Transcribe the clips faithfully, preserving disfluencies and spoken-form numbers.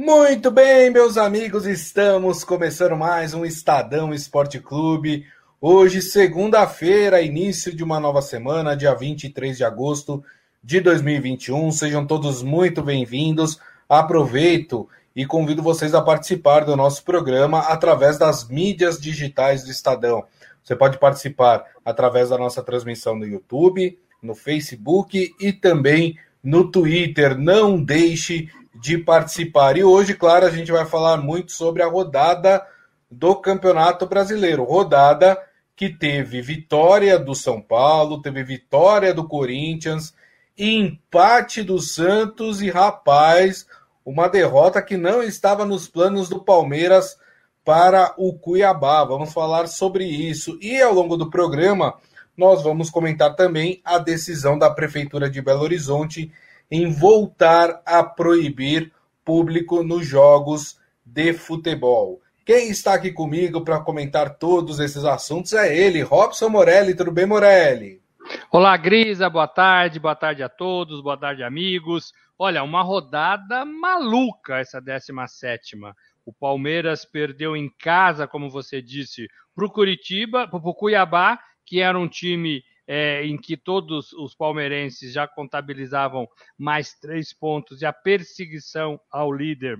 Muito bem, meus amigos, estamos começando mais um Estadão Esporte Clube. Hoje, segunda-feira, início de uma nova semana, dia vinte e três de agosto de dois mil e vinte e um. Sejam todos muito bem-vindos. Aproveito e convido vocês a participar do nosso programa através das mídias digitais do Estadão. Você pode participar através da nossa transmissão no YouTube, no Facebook e também no Twitter. Não deixe de participar. E hoje, claro, a gente vai falar muito sobre a rodada do Campeonato Brasileiro. Rodada que teve vitória do São Paulo, teve vitória do Corinthians, empate do Santos e, rapaz, uma derrota que não estava nos planos do Palmeiras para o Cuiabá. Vamos falar sobre isso. E ao longo do programa, nós vamos comentar também a decisão da Prefeitura de Belo Horizonte em voltar a proibir público nos jogos de futebol. Quem está aqui comigo para comentar todos esses assuntos é ele, Robson Morelli. Tudo bem, Morelli? Olá, Grisa, boa tarde, boa tarde a todos, boa tarde, amigos. Olha, uma rodada maluca essa décima sétima. O Palmeiras perdeu em casa, como você disse, para o Curitiba, para o Cuiabá, que era um time é, em que todos os palmeirenses já contabilizavam mais três pontos e a perseguição ao líder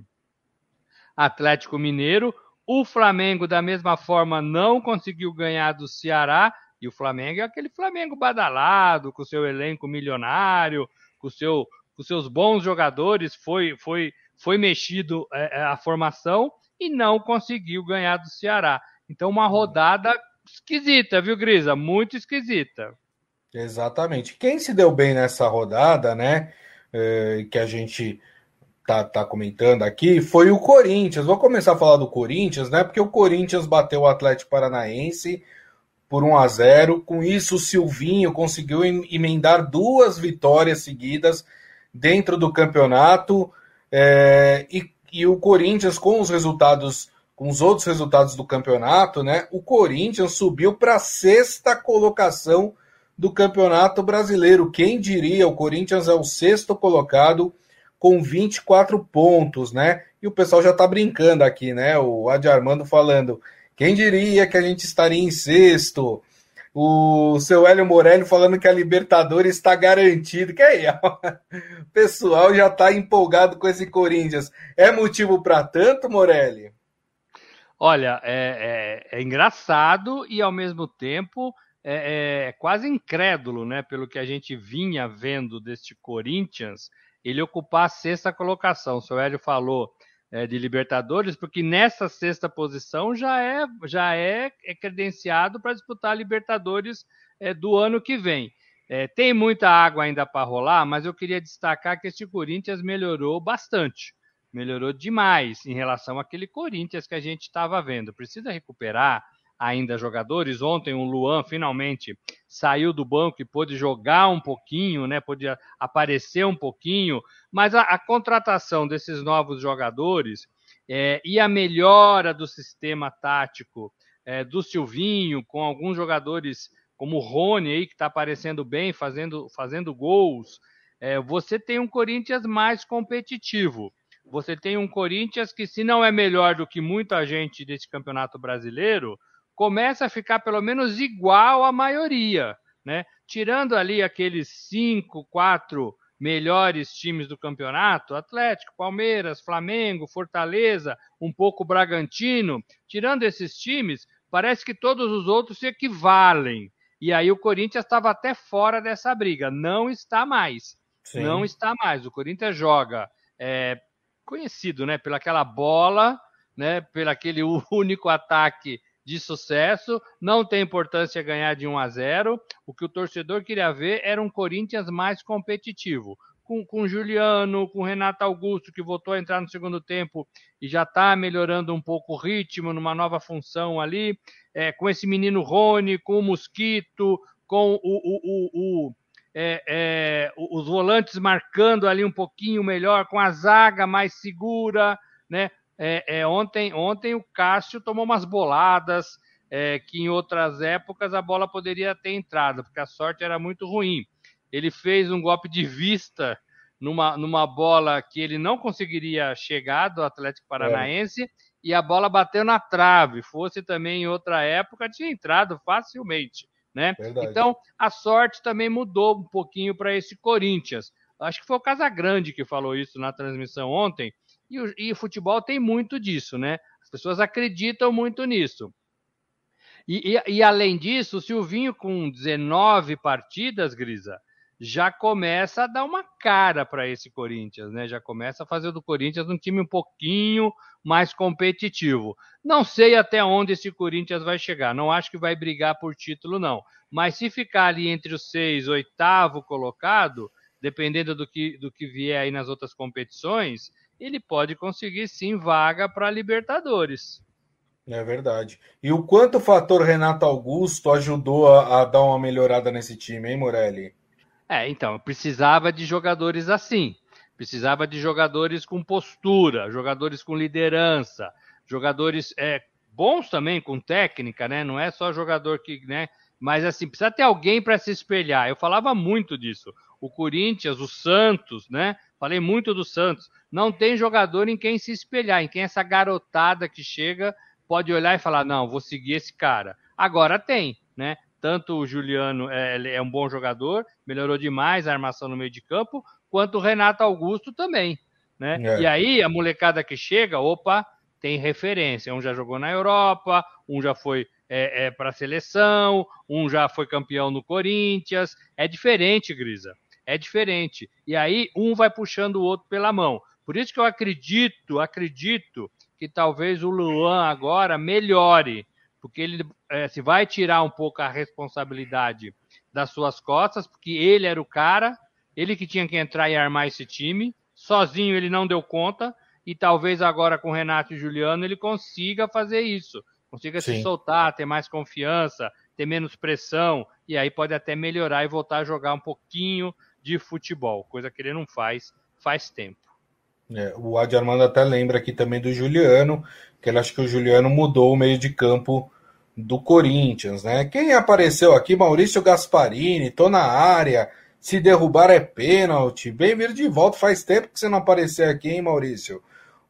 Atlético Mineiro. O Flamengo, da mesma forma, não conseguiu ganhar do Ceará, e o Flamengo é aquele Flamengo badalado, com seu elenco milionário, com, seu, com seus bons jogadores, foi, foi, foi mexido é, a formação e não conseguiu ganhar do Ceará. Então, uma rodada esquisita, viu, Grisa? Muito esquisita. Exatamente. Quem se deu bem nessa rodada, né, é, que a gente tá, tá comentando aqui, foi o Corinthians. Vou começar a falar do Corinthians, né, porque o Corinthians bateu o Atlético Paranaense por um a zero. Com isso, o Silvinho conseguiu emendar duas vitórias seguidas dentro do campeonato. É, e, e o Corinthians, com os resultados, com os outros resultados do campeonato, né, o Corinthians subiu para a sexta colocação do Campeonato Brasileiro. Quem diria, o Corinthians é o sexto colocado com vinte e quatro pontos, né? E o pessoal já está brincando aqui, né? O Adi Armando falando, quem diria que a gente estaria em sexto? O seu Hélio Morelli falando que a Libertadores está garantida. Que aí, o pessoal já está empolgado com esse Corinthians. É motivo para tanto, Morelli? Olha, é, é, é engraçado e, ao mesmo tempo, é, é quase incrédulo, né? Pelo que a gente vinha vendo deste Corinthians, ele ocupar a sexta colocação. O seu Hélio falou é, de Libertadores, porque nessa sexta posição já é, já é, é credenciado para disputar a Libertadores é, do ano que vem. É, tem muita água ainda para rolar, mas eu queria destacar que este Corinthians melhorou bastante. Melhorou demais em relação àquele Corinthians que a gente estava vendo. Precisa recuperar ainda jogadores. Ontem o Luan finalmente saiu do banco e pôde jogar um pouquinho, né? Pôde aparecer um pouquinho, mas a, a contratação desses novos jogadores é, e a melhora do sistema tático é, do Silvinho, com alguns jogadores como o Rony aí, que está aparecendo bem, fazendo, fazendo gols, é, você tem um Corinthians mais competitivo. Você tem um Corinthians que, se não é melhor do que muita gente desse Campeonato Brasileiro, começa a ficar pelo menos igual à maioria, né? Tirando ali aqueles cinco, quatro melhores times do campeonato, Atlético, Palmeiras, Flamengo, Fortaleza, um pouco Bragantino, tirando esses times, parece que todos os outros se equivalem. E aí o Corinthians estava até fora dessa briga. Não está mais. Sim. Não está mais. O Corinthians joga... É, conhecido, né, pela aquela bola, né, pelo aquele único ataque de sucesso, não tem importância ganhar de um a zero, o que o torcedor queria ver era um Corinthians mais competitivo, com, com Juliano, com Renato Augusto, que voltou a entrar no segundo tempo e já está melhorando um pouco o ritmo, numa nova função ali, é, com esse menino Rony, com o Mosquito, com o, o, o, o É, é, os volantes marcando ali um pouquinho melhor, com a zaga mais segura, né? É, é, ontem, ontem o Cássio tomou umas boladas é, que em outras épocas a bola poderia ter entrado, porque a sorte era muito ruim. Ele fez um golpe de vista numa, numa bola que ele não conseguiria chegar do Atlético Paranaense, é. e a bola bateu na trave. Fosse também em outra época, tinha entrado facilmente, né? Então, a sorte também mudou um pouquinho para esse Corinthians. Acho que foi o Casagrande que falou isso na transmissão ontem, e o, e o futebol tem muito disso, né? As pessoas acreditam muito nisso. E, e, e além disso, o Silvinho com dezenove partidas, Grisa, já começa a dar uma cara para esse Corinthians, né? Já começa a fazer do Corinthians um time um pouquinho mais competitivo. Não sei até onde esse Corinthians vai chegar, não acho que vai brigar por título, não. Mas se ficar ali entre os seis, oitavo colocado, dependendo do que, do que vier aí nas outras competições, ele pode conseguir sim vaga para a Libertadores. É verdade. E o quanto o fator Renato Augusto ajudou a, a dar uma melhorada nesse time, hein, Morelli? É, então, precisava de jogadores assim. Precisava de jogadores com postura, jogadores com liderança, jogadores é, bons também, com técnica, né? Não é só jogador que, né? Mas assim, precisa ter alguém para se espelhar. Eu falava muito disso. O Corinthians, o Santos, né? Falei muito do Santos. Não tem jogador em quem se espelhar, em quem essa garotada que chega pode olhar e falar, não, vou seguir esse cara. Agora tem, né? Tanto o Juliano é, é um bom jogador, melhorou demais a armação no meio de campo, quanto o Renato Augusto também, né? É. E aí, a molecada que chega, opa, tem referência. Um já jogou na Europa, um já foi é, é, para a seleção, um já foi campeão no Corinthians. É diferente, Grisa. É diferente. E aí, um vai puxando o outro pela mão. Por isso que eu acredito, acredito que talvez o Luan agora melhore, porque ele é, se vai tirar um pouco a responsabilidade das suas costas, porque ele era o cara, ele que tinha que entrar e armar esse time, sozinho ele não deu conta, e talvez agora com o Renato e o Juliano ele consiga fazer isso, consiga Sim. se soltar, ter mais confiança, ter menos pressão, e aí pode até melhorar e voltar a jogar um pouquinho de futebol, coisa que ele não faz faz tempo. É, o Adi Armando até lembra aqui também do Juliano, que ele acha que o Juliano mudou o meio de campo do Corinthians, né? Quem apareceu aqui, Maurício Gasparini, tô na área, se derrubar é pênalti, bem-vindo de volta, faz tempo que você não apareceu aqui, hein, Maurício?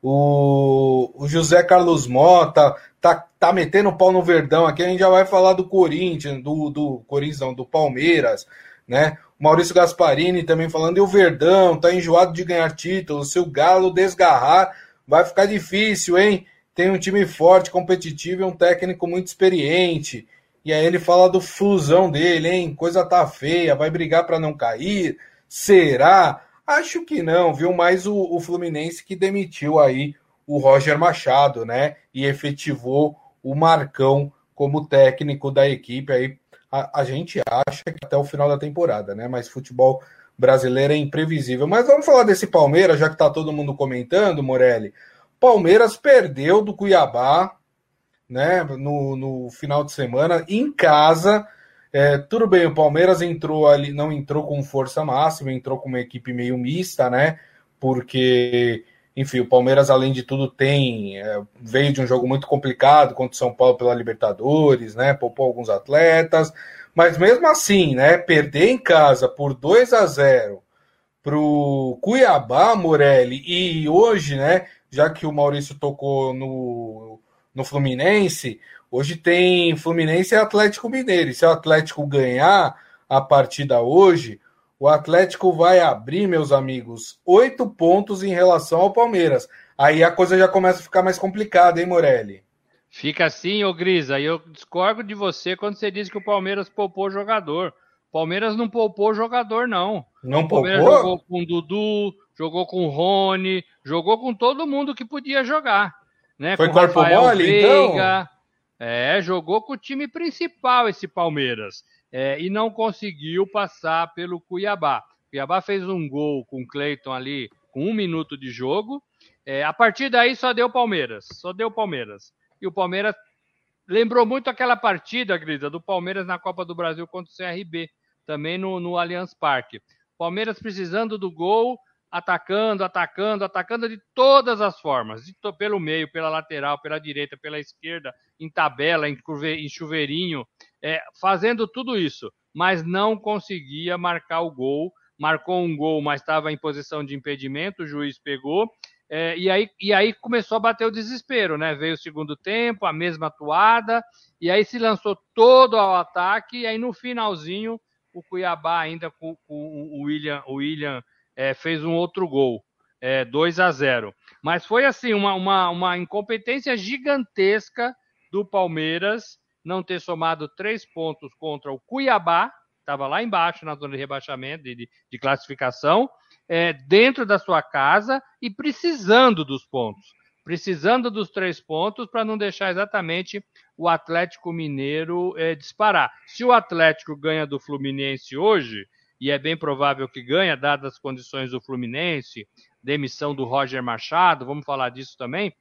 O, o José Carlos Mota tá, tá metendo o pau no Verdão aqui, a gente já vai falar do Corinthians, do, do Corinthians não, do Palmeiras, né? Maurício Gasparini também falando, e o Verdão tá enjoado de ganhar títulos, se o Galo desgarrar, vai ficar difícil, hein? Tem um time forte, competitivo e um técnico muito experiente. E aí ele fala do Flusão dele, hein? Coisa tá feia, vai brigar para não cair? Será? Acho que não, viu? Mais o, o Fluminense que demitiu aí o Roger Machado, né? E efetivou o Marcão como técnico da equipe aí. A, a gente acha que até o final da temporada, né? Mas futebol brasileiro é imprevisível. Mas vamos falar desse Palmeiras, já que tá todo mundo comentando, Morelli. Palmeiras perdeu do Cuiabá, né? No, no final de semana, em casa. É, tudo bem, o Palmeiras entrou ali, não entrou com força máxima, entrou com uma equipe meio mista, né? Porque, enfim, o Palmeiras, além de tudo, tem é, veio de um jogo muito complicado contra o São Paulo pela Libertadores, né? Poupou alguns atletas, mas mesmo assim, né? Perder em casa por dois a zero pro Cuiabá, Morelli, e hoje, né? Já que o Maurício tocou no, no Fluminense, hoje tem Fluminense e Atlético Mineiro. E se o Atlético ganhar a partida hoje, o Atlético vai abrir, meus amigos, oito pontos em relação ao Palmeiras. Aí a coisa já começa a ficar mais complicada, hein, Morelli? Fica assim, ô Grisa, e eu discordo de você quando você diz que o Palmeiras poupou jogador. O Palmeiras não poupou jogador, não. Não o Palmeiras poupou? Jogou com o Dudu, jogou com o Rony, jogou com todo mundo que podia jogar. Né? Foi com corpo Rafael mole, Veiga, então? É, jogou com o time principal esse Palmeiras. É, e não conseguiu passar pelo Cuiabá. O Cuiabá fez um gol com o Cleiton ali, com um minuto de jogo. É, a partir daí só deu Palmeiras. Só deu Palmeiras. E o Palmeiras lembrou muito aquela partida, Grisa, do Palmeiras na Copa do Brasil contra o C R B. Também no, no Allianz Parque. Palmeiras precisando do gol, atacando, atacando, atacando de todas as formas, de to- pelo meio, pela lateral, pela direita, pela esquerda, em tabela, em, curve- em chuveirinho, é, fazendo tudo isso, mas não conseguia marcar o gol, marcou um gol, mas estava em posição de impedimento, o juiz pegou, é, e, aí, e aí começou a bater o desespero, né? Veio o segundo tempo, a mesma atuada, e aí se lançou todo ao ataque, e aí no finalzinho o Cuiabá ainda com, com o William, o William é, fez um outro gol, é, dois a zero. Mas foi assim, uma, uma, uma incompetência gigantesca do Palmeiras não ter somado três pontos contra o Cuiabá, estava lá embaixo na zona de rebaixamento, de, de classificação, é, dentro da sua casa e precisando dos pontos. Precisando dos três pontos para não deixar exatamente o Atlético Mineiro é, disparar. Se o Atlético ganha do Fluminense hoje, e é bem provável que ganha, dadas as condições do Fluminense, demissão do Roger Machado, vamos falar disso também,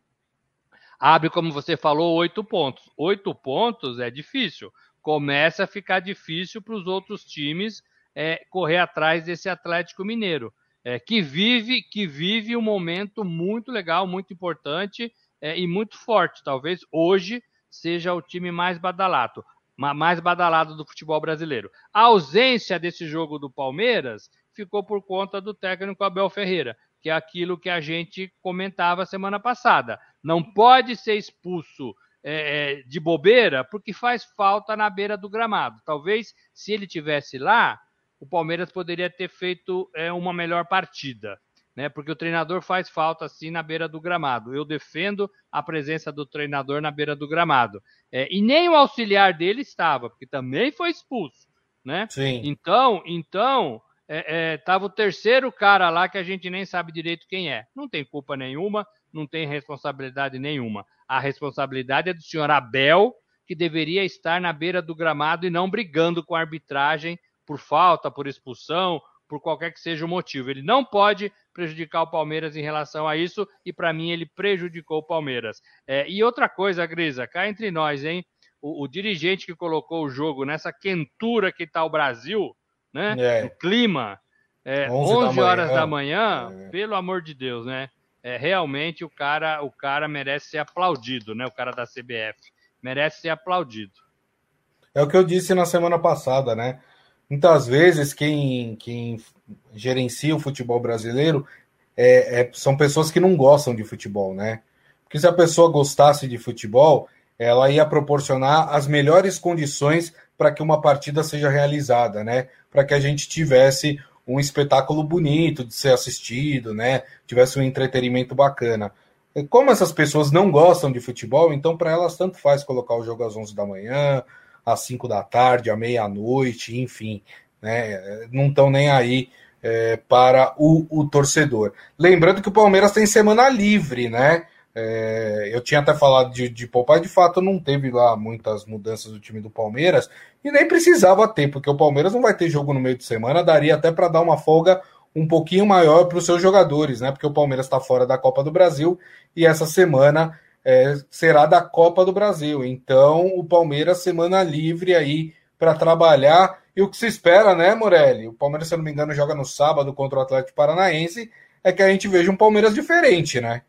abre, como você falou, oito pontos. Oito pontos é difícil. Começa a ficar difícil para os outros times é, correr atrás desse Atlético Mineiro, é, que vive que vive um momento muito legal, muito importante é, e muito forte. Talvez hoje seja o time mais badalado, mais badalado do futebol brasileiro. A ausência desse jogo do Palmeiras ficou por conta do técnico Abel Ferreira, que é aquilo que a gente comentava semana passada. Não pode ser expulso é, de bobeira, porque faz falta na beira do gramado. Talvez, se ele tivesse lá, o Palmeiras poderia ter feito é, uma melhor partida, né? Porque o treinador faz falta, sim, na beira do gramado. Eu defendo a presença do treinador na beira do gramado. É, e nem o auxiliar dele estava, porque também foi expulso, né? Sim. Então, então estava é, é, o terceiro cara lá que a gente nem sabe direito quem é. Não tem culpa nenhuma, não tem responsabilidade nenhuma. A responsabilidade é do senhor Abel, que deveria estar na beira do gramado e não brigando com a arbitragem por falta, por expulsão, por qualquer que seja o motivo. Ele não pode prejudicar o Palmeiras em relação a isso, e para mim ele prejudicou o Palmeiras. É, e outra coisa, Grisa, cá entre nós, hein? O, o dirigente que colocou o jogo nessa quentura que está o Brasil, né? É. No clima, é, onze horas da manhã, é. Pelo amor de Deus, né? É, realmente o cara, o cara merece ser aplaudido, né? O cara da C B F merece ser aplaudido. É o que eu disse na semana passada, né? Muitas vezes quem, quem gerencia o futebol brasileiro é, é, são pessoas que não gostam de futebol, né? Porque se a pessoa gostasse de futebol, ela ia proporcionar as melhores condições para que uma partida seja realizada, né? Para que a gente tivesse um espetáculo bonito de ser assistido, né? Tivesse um entretenimento bacana. Como essas pessoas não gostam de futebol, então para elas tanto faz colocar o jogo às onze da manhã, às cinco da tarde, à meia-noite, enfim, né? Não estão nem aí é, para o, o torcedor. Lembrando que o Palmeiras tem semana livre, né? É, eu tinha até falado de, de poupar, de fato não teve lá muitas mudanças do time do Palmeiras, e nem precisava ter, porque o Palmeiras não vai ter jogo no meio de semana, daria até para dar uma folga um pouquinho maior para os seus jogadores, né? Porque o Palmeiras está fora da Copa do Brasil, e essa semana é, será da Copa do Brasil, então o Palmeiras semana livre aí para trabalhar, e o que se espera, né, Morelli? O Palmeiras, se eu não me engano, joga no sábado contra o Atlético Paranaense, é que a gente veja um Palmeiras diferente, né?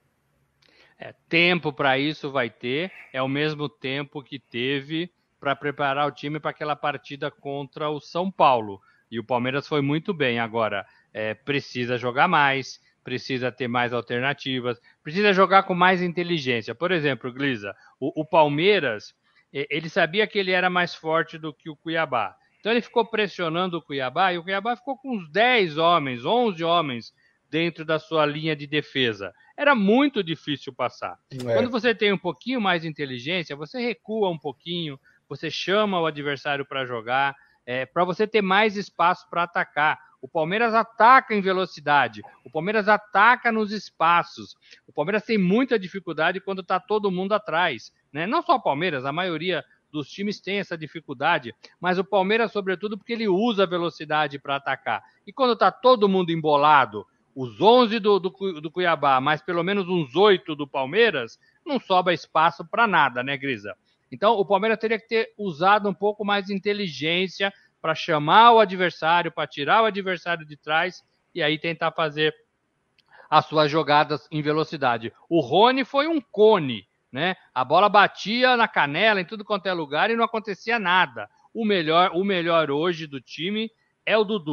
É, tempo para isso vai ter, é o mesmo tempo que teve para preparar o time para aquela partida contra o São Paulo. E o Palmeiras foi muito bem. Agora, é, precisa jogar mais, precisa ter mais alternativas, precisa jogar com mais inteligência. Por exemplo, Glisa, o, o Palmeiras, ele sabia que ele era mais forte do que o Cuiabá. Então ele ficou pressionando o Cuiabá, e o Cuiabá ficou com uns dez homens, onze homens dentro da sua linha de defesa. Era muito difícil passar. É. Quando você tem um pouquinho mais de inteligência, você recua um pouquinho, você chama o adversário para jogar, é, para você ter mais espaço para atacar. O Palmeiras ataca em velocidade, o Palmeiras ataca nos espaços. O Palmeiras tem muita dificuldade quando está todo mundo atrás, né? Não só o Palmeiras, a maioria dos times tem essa dificuldade, mas o Palmeiras, sobretudo, porque ele usa a velocidade para atacar. E quando está todo mundo embolado, os onze do, do, do Cuiabá, mas pelo menos uns oito do Palmeiras, não sobra espaço para nada, né, Grisa? Então, o Palmeiras teria que ter usado um pouco mais de inteligência para chamar o adversário, para tirar o adversário de trás e aí tentar fazer as suas jogadas em velocidade. O Rony foi um cone, né? A bola batia na canela, em tudo quanto é lugar, e não acontecia nada. O melhor, o melhor hoje do time é o Dudu.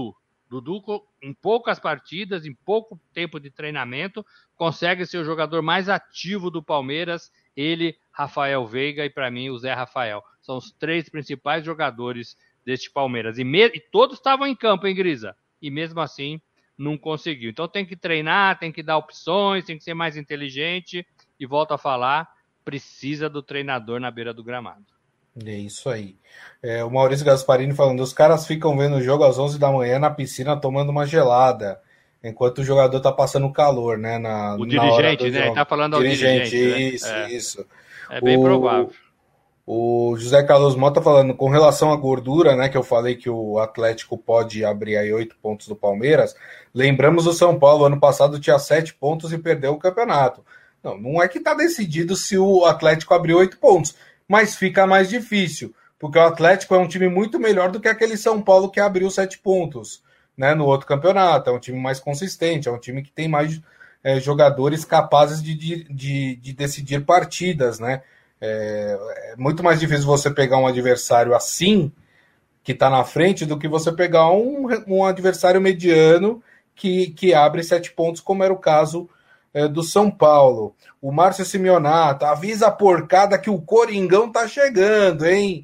Dudu, em poucas partidas, em pouco tempo de treinamento, consegue ser o jogador mais ativo do Palmeiras, ele, Rafael Veiga e, para mim, o Zé Rafael. São os três principais jogadores deste Palmeiras. E, me... e todos estavam em campo, hein, Grisa? E mesmo assim, não conseguiu. Então tem que treinar, tem que dar opções, tem que ser mais inteligente. E volto a falar, precisa do treinador na beira do gramado. É isso aí. É, o Maurício Gasparini falando, os caras ficam vendo o jogo às onze da manhã na piscina tomando uma gelada, enquanto o jogador tá passando calor, né? Na, o na dirigente, hora né? Ele tá falando ao dirigente. dirigente. Isso, né? é. isso. É bem o, provável. O José Carlos Mota falando, com relação à gordura, né? Que eu falei que o Atlético pode abrir aí oito pontos do Palmeiras. Lembramos o São Paulo, ano passado tinha sete pontos e perdeu o campeonato. Não, não é que tá decidido se o Atlético abriu oito pontos, mas fica mais difícil, porque o Atlético é um time muito melhor do que aquele São Paulo que abriu sete pontos, né, no outro campeonato. É um time mais consistente, é um time que tem mais é, jogadores capazes de, de, de, de decidir partidas, né? É, é muito mais difícil você pegar um adversário assim, que está na frente, do que você pegar um, um adversário mediano que, que abre sete pontos, como era o caso é, do São Paulo. O Márcio Simeonato, avisa a porcada que o Coringão tá chegando, hein?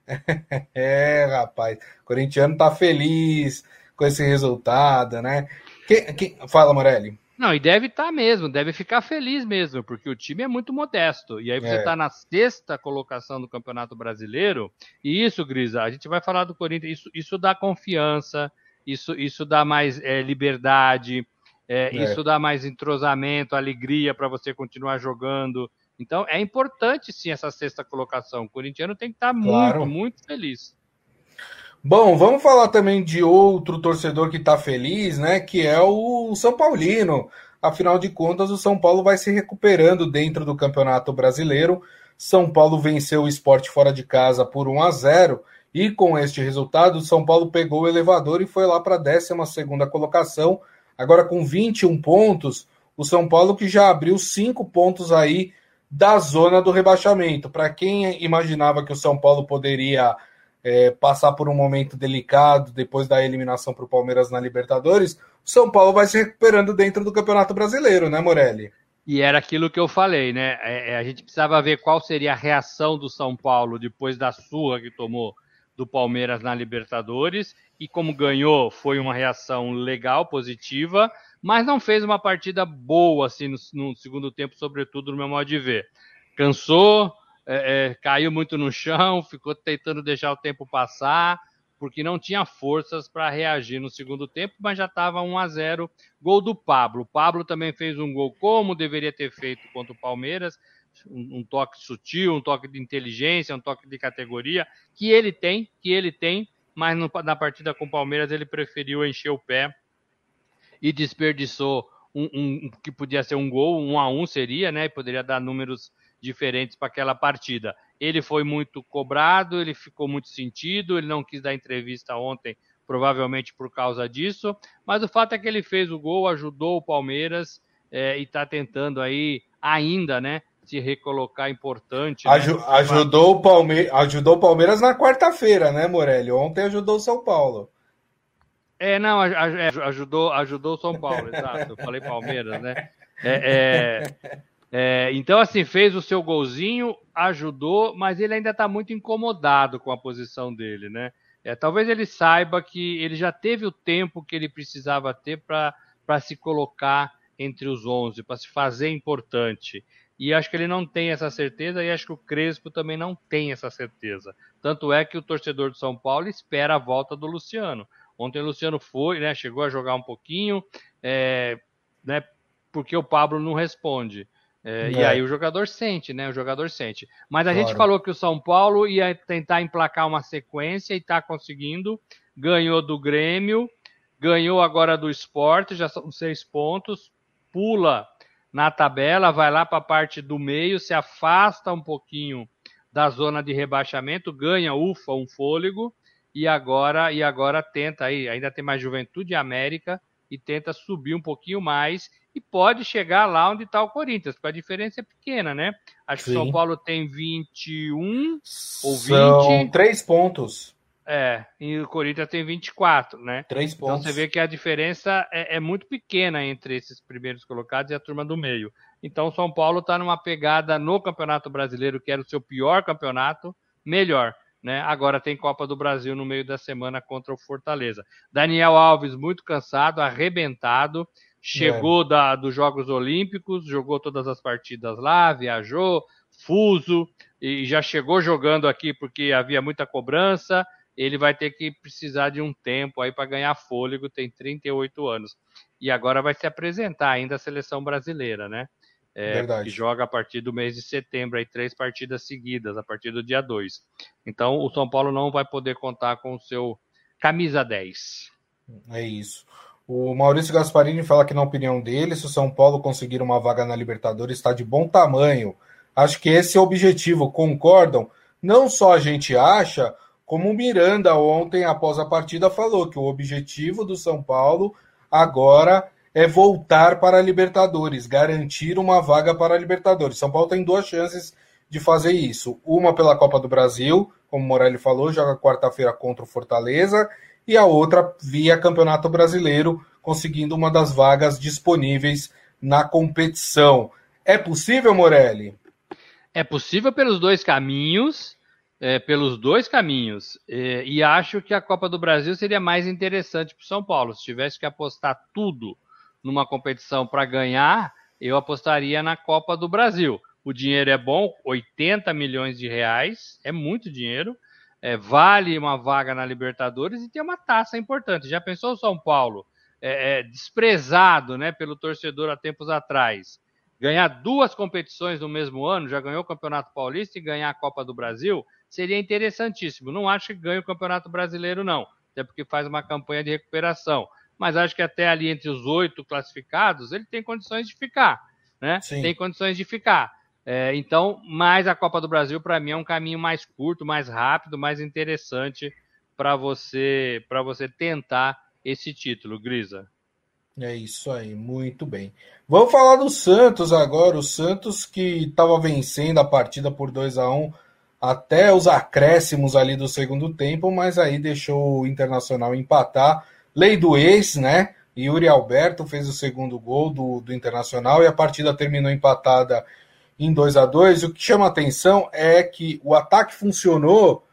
É, rapaz, o corintiano tá feliz com esse resultado, né? Quem, quem... Fala, Morelli. Não, e deve estar mesmo, deve ficar feliz mesmo, porque o time é muito modesto. E aí você está é. na sexta colocação do Campeonato Brasileiro, e isso, Grisa, a gente vai falar do Corinthians, isso, isso dá confiança, isso, isso dá mais é, liberdade, é, é. isso dá mais entrosamento, alegria para você continuar jogando. Então é importante sim essa sexta colocação. O corintiano tem que estar claro. muito, muito feliz. Bom, vamos falar também de outro torcedor que está feliz, né? Que é o São Paulino. Afinal de contas, o São Paulo vai se recuperando dentro do Campeonato Brasileiro. São Paulo venceu o Sport fora de casa por um a zero. E com este resultado, o São Paulo pegou o elevador e foi lá para a décima segunda colocação. Agora com vinte e um pontos, o São Paulo que já abriu cinco pontos aí da zona do rebaixamento. Para quem imaginava que o São Paulo poderia é, passar por um momento delicado depois da eliminação para o Palmeiras na Libertadores, o São Paulo vai se recuperando dentro do Campeonato Brasileiro, né, Morelli? E era aquilo que eu falei, né? É, a gente precisava ver qual seria a reação do São Paulo depois da surra que tomou do Palmeiras na Libertadores, e como ganhou, foi uma reação legal, positiva, mas não fez uma partida boa assim no, no segundo tempo, sobretudo no meu modo de ver. Cansou, é, é, caiu muito no chão, ficou tentando deixar o tempo passar, porque não tinha forças para reagir no segundo tempo, mas já estava um a zero, gol do Pablo. O Pablo também fez um gol como deveria ter feito contra o Palmeiras, um, um toque sutil, um toque de inteligência, um toque de categoria, que ele tem, que ele tem, mas no, na partida com o Palmeiras ele preferiu encher o pé e desperdiçou um, um, um que podia ser um gol, um a um seria, né? Poderia dar números diferentes para aquela partida. Ele foi muito cobrado, ele ficou muito sentido, ele não quis dar entrevista ontem, provavelmente por causa disso, mas o fato é que ele fez o gol, ajudou o Palmeiras é, e está tentando aí ainda, né, se recolocar importante. Aju- né? ajudou, o Palme- ajudou o Palmeiras na quarta-feira, né, Morelli? Ontem ajudou o São Paulo. É, não, ajudou, ajudou o São Paulo, exato. Eu falei Palmeiras, né? É, é, é, então, assim, fez o seu golzinho, ajudou, mas ele ainda está muito incomodado com a posição dele, né? É, talvez ele saiba que ele já teve o tempo que ele precisava ter para se colocar entre os onze, para se fazer importante. E acho que ele não tem essa certeza, e acho que o Crespo também não tem essa certeza. Tanto é que o torcedor do São Paulo espera a volta do Luciano. Ontem o Luciano foi, né, chegou a jogar um pouquinho, é, né, porque o Pablo não responde. É, é. E aí o jogador sente, né? O jogador sente. Mas a claro. gente falou que o São Paulo ia tentar emplacar uma sequência e está conseguindo. Ganhou do Grêmio, ganhou agora do Sport, já são seis pontos, pula na tabela, vai lá para a parte do meio, se afasta um pouquinho da zona de rebaixamento, ganha, ufa, um fôlego, e agora, e agora tenta aí, ainda tem mais Juventude e América, e tenta subir um pouquinho mais, e pode chegar lá onde está o Corinthians, porque a diferença é pequena, né? Acho Sim. que o São Paulo tem vinte e um ou vinte. São três pontos. É, e o Corinthians tem vinte e quatro, né? Três Então pontos. você vê que a diferença é, é muito pequena entre esses primeiros colocados e a turma do meio. Então o São Paulo está numa pegada no Campeonato Brasileiro, que era o seu pior campeonato, melhor. Né? Agora tem Copa do Brasil no meio da semana contra o Fortaleza. Daniel Alves muito cansado, arrebentado, chegou é. da, dos Jogos Olímpicos, jogou todas as partidas lá, viajou, fuso, e já chegou jogando aqui porque havia muita cobrança. Ele vai ter que precisar de um tempo aí para ganhar fôlego, tem trinta e oito anos. E agora vai se apresentar ainda a seleção brasileira, né? É, que joga a partir do mês de setembro, aí três partidas seguidas, a partir do dia dois. Então, o São Paulo não vai poder contar com o seu camisa dez. É isso. O Maurício Gasparini fala que, na opinião dele, se o São Paulo conseguir uma vaga na Libertadores, está de bom tamanho. Acho que esse é o objetivo, concordam? Não só a gente acha, como o Miranda ontem, após a partida, falou que o objetivo do São Paulo agora é voltar para a Libertadores, garantir uma vaga para a Libertadores. São Paulo tem duas chances de fazer isso. Uma pela Copa do Brasil, como o Morelli falou, joga quarta-feira contra o Fortaleza, e a outra via Campeonato Brasileiro, conseguindo uma das vagas disponíveis na competição. É possível, Morelli? É possível pelos dois caminhos, é, pelos dois caminhos, é, e acho que a Copa do Brasil seria mais interessante para o São Paulo. Se tivesse que apostar tudo numa competição para ganhar, eu apostaria na Copa do Brasil. O dinheiro é bom, oitenta milhões de reais, é muito dinheiro, é, vale uma vaga na Libertadores e tem uma taça importante. Já pensou o São Paulo, é, é, desprezado, né, pelo torcedor há tempos atrás, ganhar duas competições no mesmo ano, já ganhou o Campeonato Paulista e ganhar a Copa do Brasil, seria interessantíssimo. Não acho que ganhe o Campeonato Brasileiro, não, até porque faz uma campanha de recuperação. Mas acho que até ali entre os oito classificados, ele tem condições de ficar, né? Sim. Tem condições de ficar. É, então, mais a Copa do Brasil, para mim, é um caminho mais curto, mais rápido, mais interessante para você, para você tentar esse título, Grisa. É isso aí, muito bem. Vamos falar do Santos agora. O Santos que estava vencendo a partida por dois a um até os acréscimos ali do segundo tempo, mas aí deixou o Internacional empatar. Lei do ex, né? Yuri Alberto fez o segundo gol do, do Internacional e a partida terminou empatada em dois a dois. O que chama atenção é que o ataque funcionou,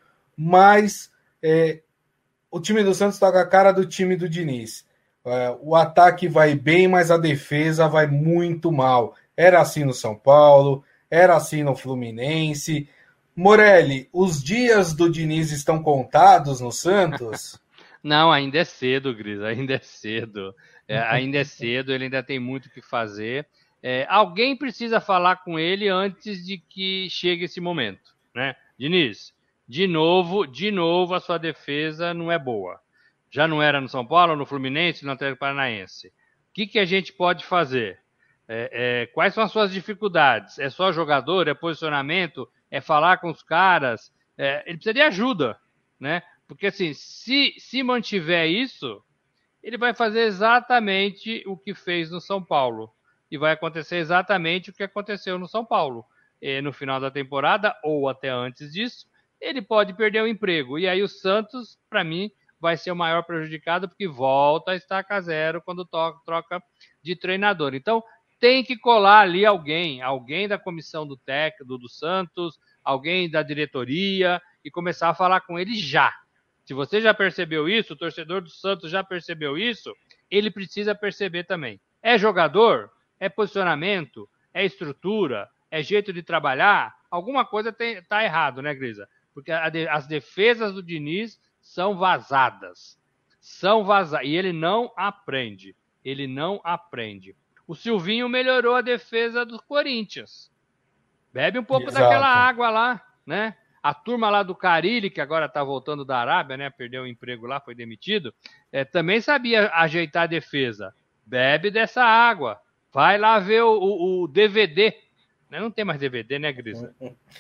mas é, o time do Santos está com a cara do time do Diniz. É, o ataque vai bem, mas a defesa vai muito mal. Era assim no São Paulo, era assim no Fluminense. Morelli, os dias do Diniz estão contados no Santos? Não, ainda é cedo, Gris, ainda é cedo. É, ainda é cedo, ele ainda tem muito o que fazer. É, alguém precisa falar com ele antes de que chegue esse momento, né? Diniz, de novo, de novo a sua defesa não é boa. Já não era no São Paulo, no Fluminense, no Atlético Paranaense. O que, que a gente pode fazer? É, é, quais são as suas dificuldades? É só jogador? É posicionamento? É falar com os caras? É, ele precisa de ajuda, né? Porque assim, se, se mantiver isso, ele vai fazer exatamente o que fez no São Paulo. E vai acontecer exatamente o que aconteceu no São Paulo. E no final da temporada, ou até antes disso, ele pode perder o emprego. E aí o Santos, para mim, vai ser o maior prejudicado, porque volta a estaca zero quando to- troca de treinador. Então, tem que colar ali alguém, alguém da comissão do técnico, do, do Santos, alguém da diretoria, e começar a falar com ele já. Se você já percebeu isso, o torcedor do Santos já percebeu isso, ele precisa perceber também. É jogador? É posicionamento? É estrutura? É jeito de trabalhar? Alguma coisa está errado, né, Grisa? Porque a de, as defesas do Diniz são vazadas. São vazadas. E ele não aprende. Ele não aprende. O Silvinho melhorou a defesa do Corinthians. Bebe um pouco Exato. daquela água lá, né? A turma lá do Carille, que agora está voltando da Arábia, né? Perdeu o emprego lá, foi demitido. É, também sabia ajeitar a defesa. Bebe dessa água. Vai lá ver o, o, o D V D. Não tem mais D V D, né, Grisa?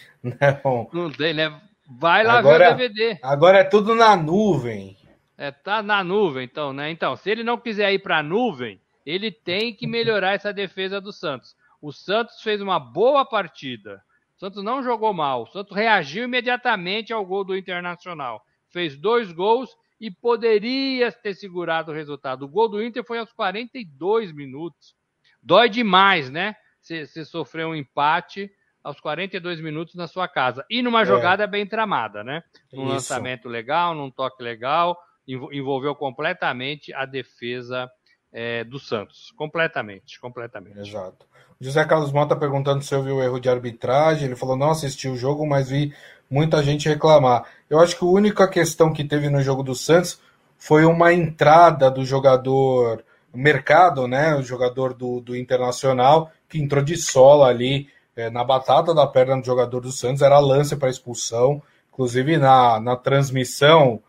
Não. Não tem, né? Vai lá agora, ver o D V D. Agora é tudo na nuvem. É, tá na nuvem, então, né? Então, se ele não quiser ir para a nuvem, ele tem que melhorar essa defesa do Santos. O Santos fez uma boa partida. O Santos não jogou mal. O Santos reagiu imediatamente ao gol do Internacional. fez dois gols e poderia ter segurado o resultado. O gol do Inter foi aos quarenta e dois minutos. Dói demais, né? Você sofreu um empate aos quarenta e dois minutos na sua casa. E numa é. jogada bem tramada, né? Num Isso. lançamento legal, num toque legal, envolveu completamente a defesa é, do Santos. Completamente, completamente. Exato. O José Carlos Mota perguntando se eu vi o erro de arbitragem. Ele falou, não assisti o jogo, mas vi muita gente reclamar. Eu acho que a única questão que teve no jogo do Santos foi uma entrada do jogador Mercado, né? O jogador do, do Internacional, que entrou de sola ali é, na batata da perna do jogador do Santos. Era lance para expulsão. Inclusive, na, na transmissão,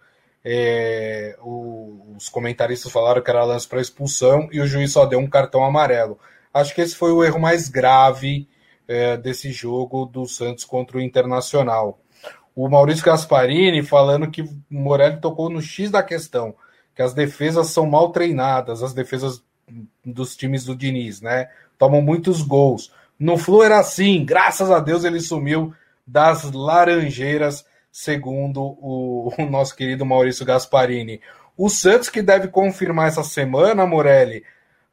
é, o, os comentaristas falaram que era lance para expulsão e o juiz só deu um cartão amarelo. Acho que esse foi o erro mais grave é, desse jogo do Santos contra o Internacional. O Maurício Gasparini falando que o Morelli tocou no X da questão, que as defesas são mal treinadas, as defesas dos times do Diniz, né? Tomam muitos gols. No Flu era assim, graças a Deus ele sumiu das Laranjeiras, segundo o, o nosso querido Maurício Gasparini. O Santos que deve confirmar essa semana, Morelli,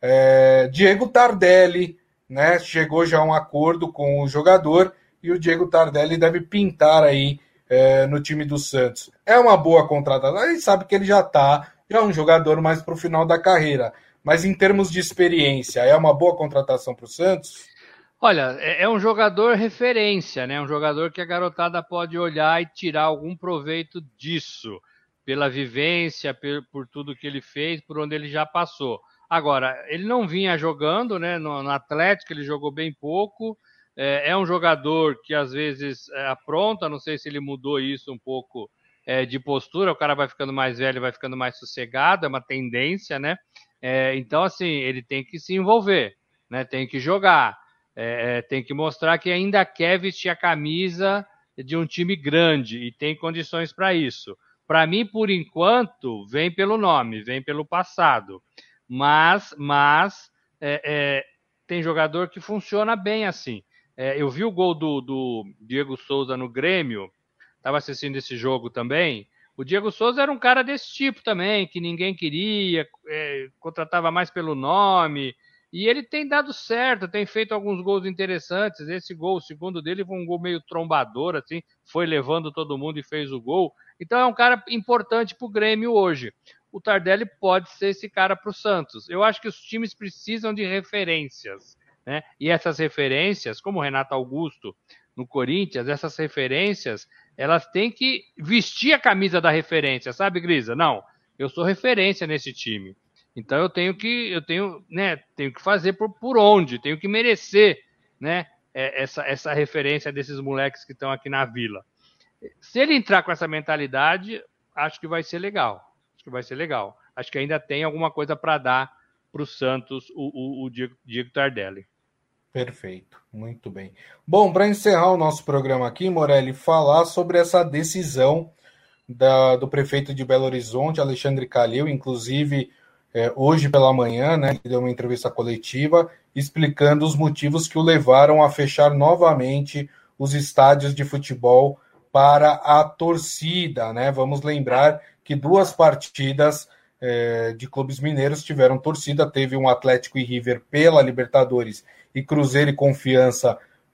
é, Diego Tardelli, né? Chegou já a um acordo com o jogador e o Diego Tardelli deve pintar aí é, no time do Santos. É uma boa contratação, a gente sabe que ele já está, já é um jogador mais para o final da carreira, mas em termos de experiência, é uma boa contratação para o Santos? Olha, é um jogador referência, né? Um jogador que a garotada pode olhar e tirar algum proveito disso, pela vivência, por, por tudo que ele fez, por onde ele já passou. Agora, ele não vinha jogando, né? No, no Atlético ele jogou bem pouco, é, é um jogador que às vezes é, apronta, não sei se ele mudou isso um pouco é, de postura, o cara vai ficando mais velho, vai ficando mais sossegado, é uma tendência, né? É, então, assim, ele tem que se envolver, né? Tem que jogar, é, tem que mostrar que ainda quer vestir a camisa de um time grande e tem condições para isso. Para mim, por enquanto, vem pelo nome, vem pelo passado. Mas, mas é, é, tem jogador que funciona bem assim. É, eu vi o gol do, do Diego Souza no Grêmio, estava assistindo esse jogo também. O Diego Souza era um cara desse tipo também, que ninguém queria, é, contratava mais pelo nome, e ele tem dado certo, tem feito alguns gols interessantes. Esse gol, o segundo dele, foi um gol meio trombador, assim, foi levando todo mundo e fez o gol. Então é um cara importante para o Grêmio hoje. O Tardelli pode ser esse cara para o Santos. Eu acho que os times precisam de referências, né? E essas referências, como o Renato Augusto no Corinthians, essas referências, elas têm que vestir a camisa da referência, sabe, Grisa? Não, eu sou referência nesse time. Então eu tenho que, eu tenho, né, tenho que fazer por, por onde, tenho que merecer, né, essa, essa referência desses moleques que estão aqui na Vila. Se ele entrar com essa mentalidade, acho que vai ser legal. Acho que vai ser legal. Acho que ainda tem alguma coisa para dar para o Santos, o, o, o Diego, Diego Tardelli. Perfeito, muito bem. Bom, para encerrar o nosso programa aqui, Morelli, falar sobre essa decisão da, do prefeito de Belo Horizonte, Alexandre Calil, inclusive é, hoje pela manhã, né, ele deu uma entrevista coletiva explicando os motivos que o levaram a fechar novamente os estádios de futebol para a torcida, né? Vamos lembrar que duas partidas é, de clubes mineiros tiveram torcida, teve um Atlético e River pela Libertadores e Cruzeiro e Confiança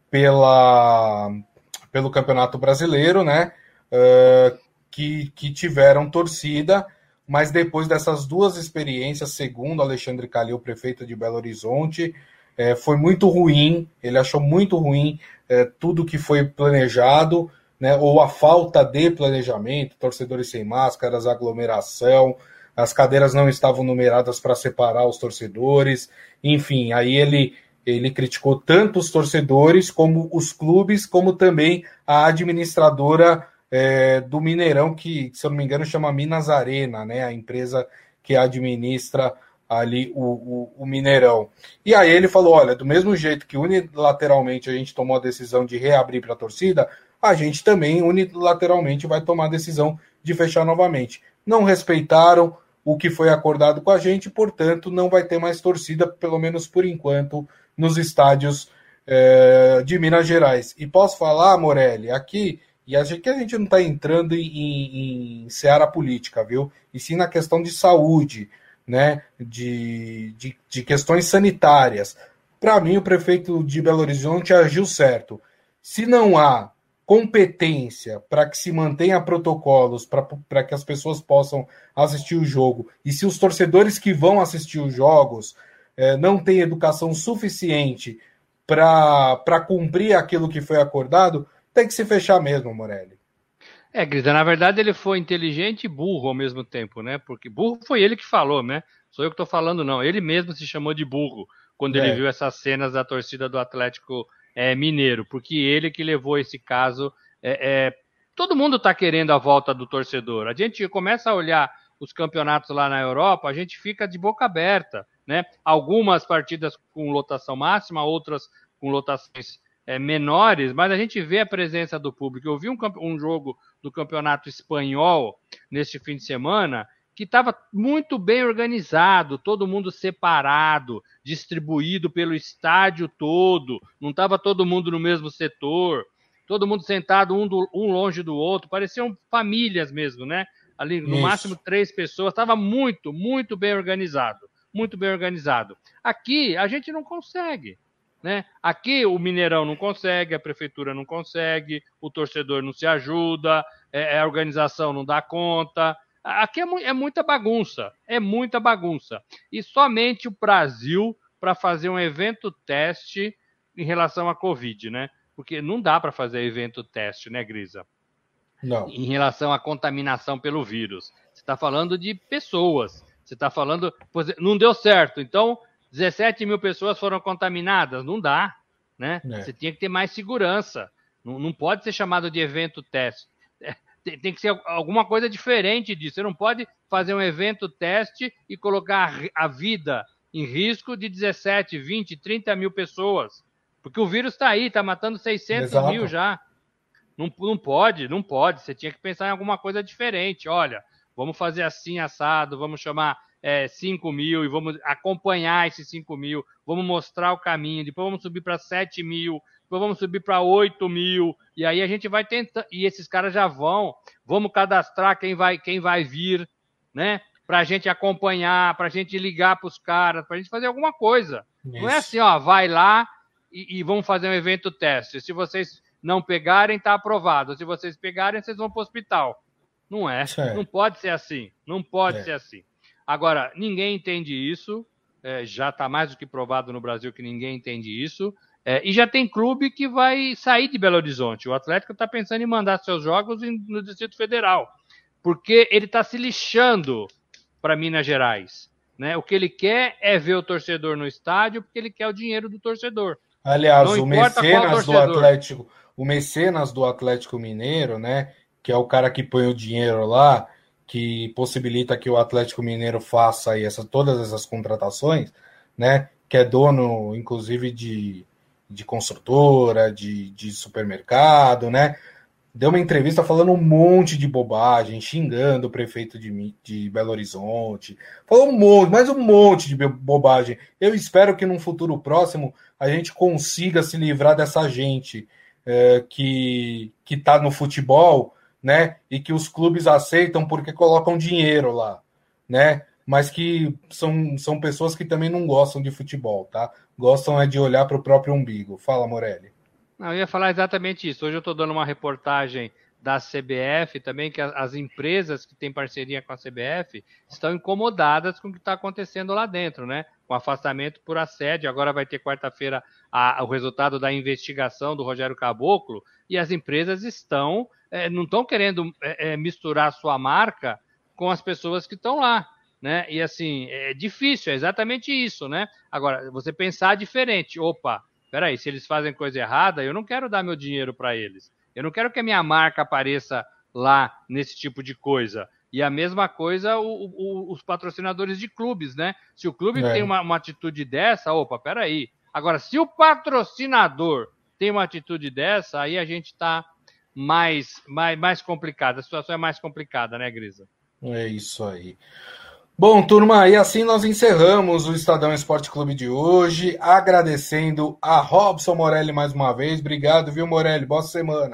pela, pelo Campeonato Brasileiro, né? Uh, que, que tiveram torcida, mas depois dessas duas experiências, segundo Alexandre Calil, prefeito de Belo Horizonte, é, foi muito ruim, ele achou muito ruim é, tudo que foi planejado, né, ou a falta de planejamento, torcedores sem máscaras, aglomeração, as cadeiras não estavam numeradas para separar os torcedores, enfim, aí ele, ele criticou tanto os torcedores como os clubes, como também a administradora é, do Mineirão, que, se eu não me engano, chama Minas Arena, né, a empresa que administra ali o, o, o Mineirão. E aí ele falou, olha, do mesmo jeito que unilateralmente a gente tomou a decisão de reabrir para a torcida, a gente também unilateralmente vai tomar a decisão de fechar novamente. Não respeitaram o que foi acordado com a gente, portanto, não vai ter mais torcida, pelo menos por enquanto, nos estádios é, de Minas Gerais. E posso falar, Morelli, aqui E acho que a gente não está entrando em, em, em seara política, viu? E sim na questão de saúde, né? De, de, de questões sanitárias. Para mim, o prefeito de Belo Horizonte agiu certo. Se não há competência para que se mantenha protocolos, para que as pessoas possam assistir o jogo, e se os torcedores que vão assistir os jogos eh, não têm educação suficiente para cumprir aquilo que foi acordado, tem que se fechar mesmo, Morelli. É, Grisa, na verdade ele foi inteligente e burro ao mesmo tempo, né? Porque burro foi ele que falou, né? Sou eu que estou falando, não. Ele mesmo se chamou de burro quando é. ele viu essas cenas da torcida do Atlético é, Mineiro, porque ele que levou esse caso. É, é... Todo mundo está querendo a volta do torcedor. A gente começa a olhar os campeonatos lá na Europa, a gente fica de boca aberta, né? Algumas partidas com lotação máxima, outras com lotações é, menores, mas a gente vê a presença do público. Eu vi um, um jogo do Campeonato Espanhol neste fim de semana que estava muito bem organizado, todo mundo separado, distribuído pelo estádio todo, não estava todo mundo no mesmo setor, todo mundo sentado um, do, um longe do outro, pareciam famílias mesmo, né? Ali, no Isso. máximo três pessoas, estava muito, muito bem organizado, muito bem organizado. Aqui, a gente não consegue, né? Aqui, o Mineirão não consegue, a prefeitura não consegue, o torcedor não se ajuda, é, a organização não dá conta. Aqui é, mu- é muita bagunça, é muita bagunça. E somente o Brasil para fazer um evento teste em relação à Covid, né? Porque não dá para fazer evento teste, né, Grisa? Não. Em relação à contaminação pelo vírus. Você está falando de pessoas. Você está falando... Não deu certo. Então, dezessete mil pessoas foram contaminadas. Não dá, né? É. Você tinha que ter mais segurança. Não, não pode ser chamado de evento teste. É, tem, tem que ser alguma coisa diferente disso. Você não pode fazer um evento teste e colocar a vida em risco de dezessete, vinte, trinta mil pessoas. Porque o vírus está aí, está matando seiscentos Exato. Mil já. Não, não pode, não pode. Você tinha que pensar em alguma coisa diferente. Olha, vamos fazer assim, assado, vamos chamar é, cinco mil e vamos acompanhar esses cinco mil, vamos mostrar o caminho, depois vamos subir para sete mil, depois vamos subir para oito mil, e aí a gente vai tentar, e esses caras já vão, vamos cadastrar quem vai, quem vai vir, né? Para a gente acompanhar, para a gente ligar para os caras, para a gente fazer alguma coisa. Isso. Não é assim, ó, vai lá e, e vamos fazer um evento teste. Se vocês não pegarem, está aprovado. Se vocês pegarem, vocês vão para o hospital. Não é. é. Não pode ser assim. Não pode é. ser assim. Agora, ninguém entende isso. É, já está mais do que provado no Brasil que ninguém entende isso. É, e já tem clube que vai sair de Belo Horizonte. O Atlético está pensando em mandar seus jogos no Distrito Federal. Porque ele está se lixando para Minas Gerais. Né? O que ele quer é ver o torcedor no estádio, porque ele quer o dinheiro do torcedor. Aliás, o mecenas do Atlético... O mecenas do Atlético Mineiro, né, que é o cara que põe o dinheiro lá, que possibilita que o Atlético Mineiro faça aí essa, todas essas contratações, né, que é dono, inclusive, de, de construtora, de, de supermercado, né, deu uma entrevista falando um monte de bobagem, xingando o prefeito de, de Belo Horizonte, falou um monte, mais um monte de bobagem. Eu espero que num futuro próximo a gente consiga se livrar dessa gente É, que que está no futebol, né, e que os clubes aceitam porque colocam dinheiro lá, né, mas que são, são pessoas que também não gostam de futebol, tá? Gostam é de olhar para o próprio umbigo. Fala, Morelli. Não, eu ia falar exatamente isso. Hoje eu estou dando uma reportagem da C B F também, que as empresas que têm parceria com a C B F estão incomodadas com o que está acontecendo lá dentro, né? Com afastamento por assédio. Agora vai ter quarta-feira a, o resultado da investigação do Rogério Caboclo, e as empresas estão, é, não estão querendo é, é, misturar a sua marca com as pessoas que estão lá, né? E assim, é difícil, é exatamente isso, né? Agora, você pensar diferente. Opa, peraí, se eles fazem coisa errada, eu não quero dar meu dinheiro para eles. Eu não quero que a minha marca apareça lá nesse tipo de coisa. E a mesma coisa o, o, os patrocinadores de clubes, né? Se o clube é. tem uma, uma atitude dessa, opa, peraí. Agora, se o patrocinador tem uma atitude dessa, aí a gente está mais, mais, mais complicado. A situação é mais complicada, né, Grisa? É isso aí. Bom, turma, e assim nós encerramos o Estadão Esporte Clube de hoje, agradecendo a Robson Morelli mais uma vez. Obrigado, viu, Morelli? Boa semana.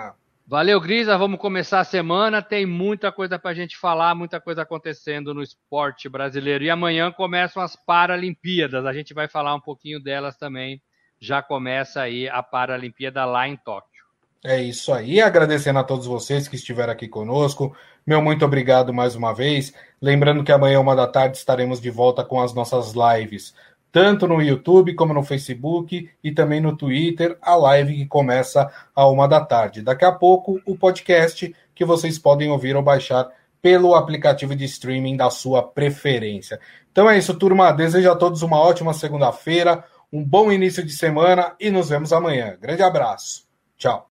Valeu, Grisa. Vamos começar a semana. Tem muita coisa para a gente falar, muita coisa acontecendo no esporte brasileiro. E amanhã começam as Paralimpíadas. A gente vai falar um pouquinho delas também. Já começa aí a Paralimpíada lá em Tóquio. É isso aí. Agradecendo a todos vocês que estiveram aqui conosco. Meu muito obrigado mais uma vez. Lembrando que amanhã, uma da tarde, estaremos de volta com as nossas lives, tanto no YouTube como no Facebook e também no Twitter, a live que começa a uma da tarde. Daqui a pouco, o podcast que vocês podem ouvir ou baixar pelo aplicativo de streaming da sua preferência. Então é isso, turma. Desejo a todos uma ótima segunda-feira, um bom início de semana e nos vemos amanhã. Grande abraço. Tchau.